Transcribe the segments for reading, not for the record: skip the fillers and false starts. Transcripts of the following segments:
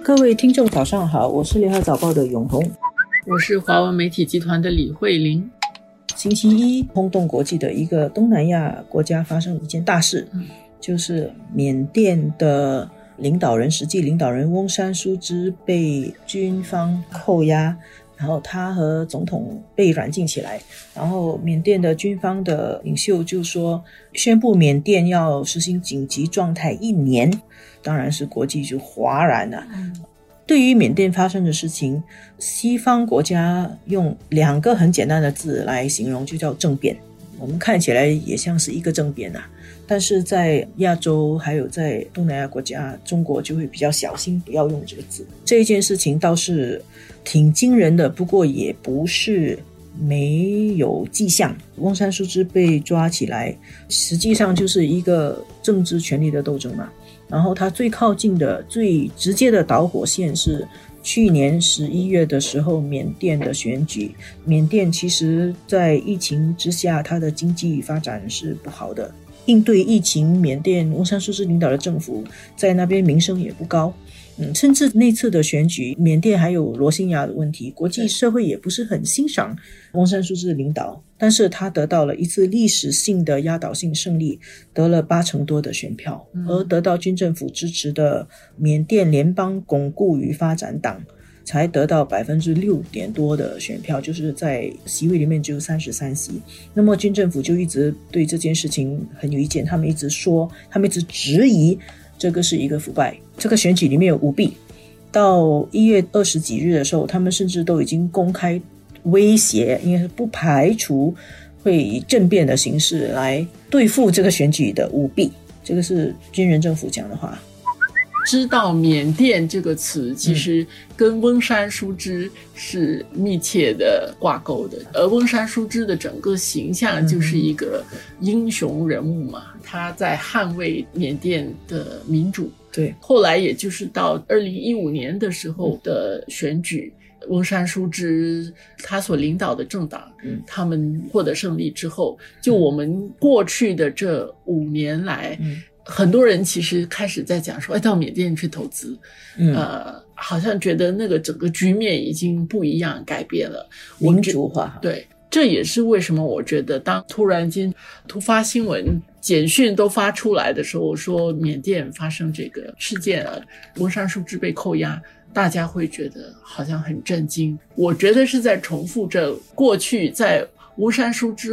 各位听众早上好，我是联合早报的永红， 我是华文媒体集团的李慧玲。 星期一轰动国际的一个东南亚国家发生一件大事，就是缅甸的实际领导人翁山苏芝被军方扣押，然后他和总统被软禁起来，然后缅甸的军方的领袖就说宣布缅甸要实行紧急状态1年，当然是国际就哗然了。对于缅甸发生的事情，西方国家用2个很简单的字来形容，就叫政变。我们看起来也像是一个政变啊，但是在亚洲还有在东南亚国家，中国就会比较小心不要用这个字。这一件事情倒是挺惊人的，不过也不是没有迹象。翁山苏芝被抓起来，实际上就是一个政治权力的斗争嘛。然后他最靠近的最直接的导火线是去年11月的时候缅甸的选举。缅甸其实在疫情之下，它的经济发展是不好的，应对疫情，缅甸翁山苏芝领导的政府在那边名声也不高。甚至那次的选举，缅甸还有罗兴亚的问题，国际社会也不是很欣赏翁山苏芝的领导，但是他得到了一次历史性的压倒性胜利，得了80%多的选票，而得到军政府支的缅甸联邦巩固与发展党才得到6%点多的选票，就是在席位里面只有33席。那么军政府就一直对这件事情很有意见，他们一直质疑这个是一个腐败，这个选举里面有舞弊。到1月20几日的时候，他们甚至都已经公开威胁，应该是不排除会以政变的形式来对付这个选举的舞弊，这个是军人政府讲的话。 知道缅甸这个词其实跟翁山苏芝是密切的挂钩的，而翁山苏芝的整个形象就是一个英雄人物嘛，他在捍卫缅甸的民主。 对， 后来也就是到2015年的时候的选举，翁山苏芝他所领导的政党他们获得胜利之后，就我们过去的这5年来很多人其实开始在讲说到缅甸去投资，好像觉得那个整个局面已经不一样，改变了， 民主化。 对，这也是为什么我觉得当突然间突发新闻简讯都发出来的时候，说缅甸发生这个事件了，翁山苏芝被扣押，大家会觉得好像很震惊。我觉得是在重复着过去在翁山苏芝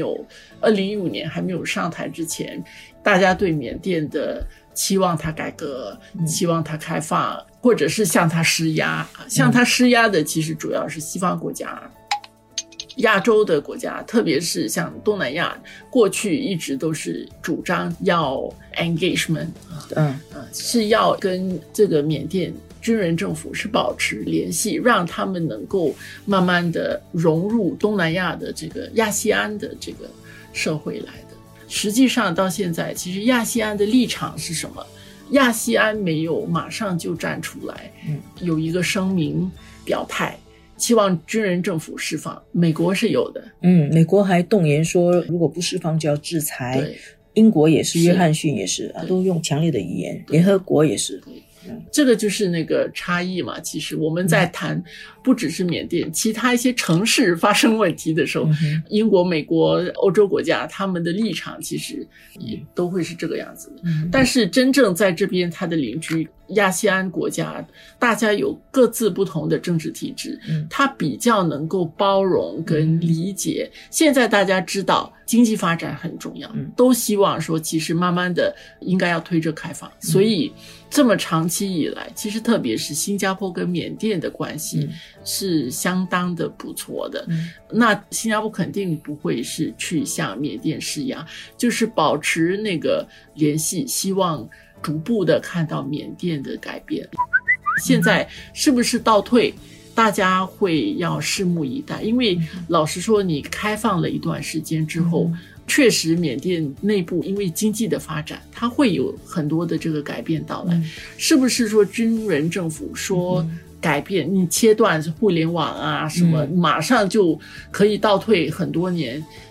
2015年还没有上台之前，大家对缅甸的期望他改革，期望他开放，或者是向他施压。向他施压的其实主要是西方国家，亚洲的国家，特别是像东南亚，过去一直都是主张要 engagement， 是要跟这个缅甸军人政府是保持联系，让他们能够慢慢的融入东南亚的这个亚细安的这个社会来的。实际上到现在，其实亚细安的立场是什么？亚细安没有马上就站出来，有一个声明表态，希望军人政府释放。美国是有的， 美国还动言说如果不释放就要制裁。 对， 英国也是，约翰逊也是，都用强烈的语言，联合国也是。 这个就是那个差异嘛。其实我们在谈不只是缅甸，其他一些城市发生问题的时候，英国、美国、欧洲国家他们的立场其实也都会是这个样子的。但是真正在这边他的邻居亚细安国家，大家有各自不同的政治体制，他比较能够包容跟理解。现在大家知道经济发展很重要，都希望说其实慢慢的应该要推着开放，所以这么长期以来，其实特别是新加坡跟缅甸的关系是相当的不错的。那新加坡肯定不会是去向缅甸施压，就是保持那个联系，希望逐步的看到缅甸的改变。现在是不是倒退，大家会要拭目以待。因为老实说，你开放了一段时间之后，确实缅甸内部因为经济的发展，它会有很多的这个改变到来。是不是说军人政府说改变，你切断互联网啊什么，马上就可以倒退很多年？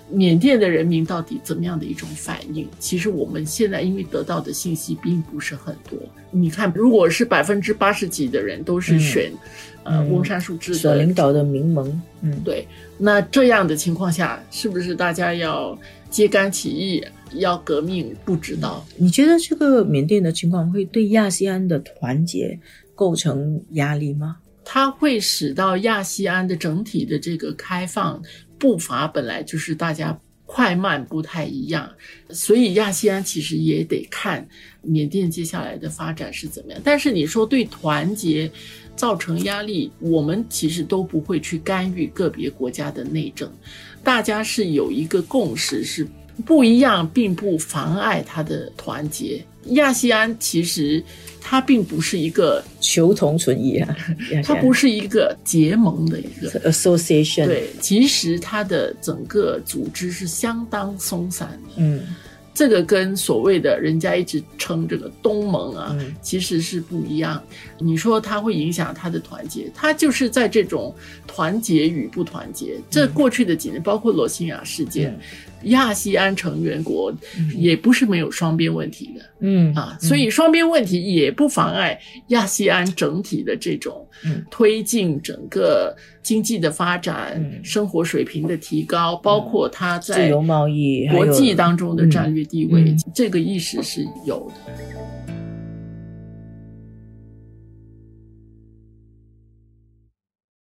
缅甸的人民到底怎么样的一种反应？其实我们现在因为得到的信息并不是很多。你看，如果是80%几的人都是选翁山书之所领导的民盟， 对，那这样的情况下，是不是大家要揭竿起义，要革命？不知道。 你觉得这个缅甸的情况会对亚细安的团结构成压力吗？ 它会使到亚细安的整体的这个开放步伐本来就是大家快慢不太一样，所以亚细安其实也得看缅甸接下来的发展是怎么样。但是你说对团结造成压力，我们其实都不会去干预个别国家的内政，大家是有一个共识，是不一样并不妨碍它的团结。亚细安其实它并不是一个求同存异啊， 它不是一个结盟的一个 association， 对，其实它的整个组织是相当松散的。这个跟所谓的人家一直称这个东盟啊，其实是不一样。你说它会影响它的团结，它就是在这种团结与不团结。这过去的几年，包括罗兴亚事件，亚细安成员国也不是没有双边问题的，所以双边问题也不妨碍亚细安整体的这种推进整个经济的发展，生活水平的提高，包括它在自由贸易国际当中的战略地位，这个意识是有的。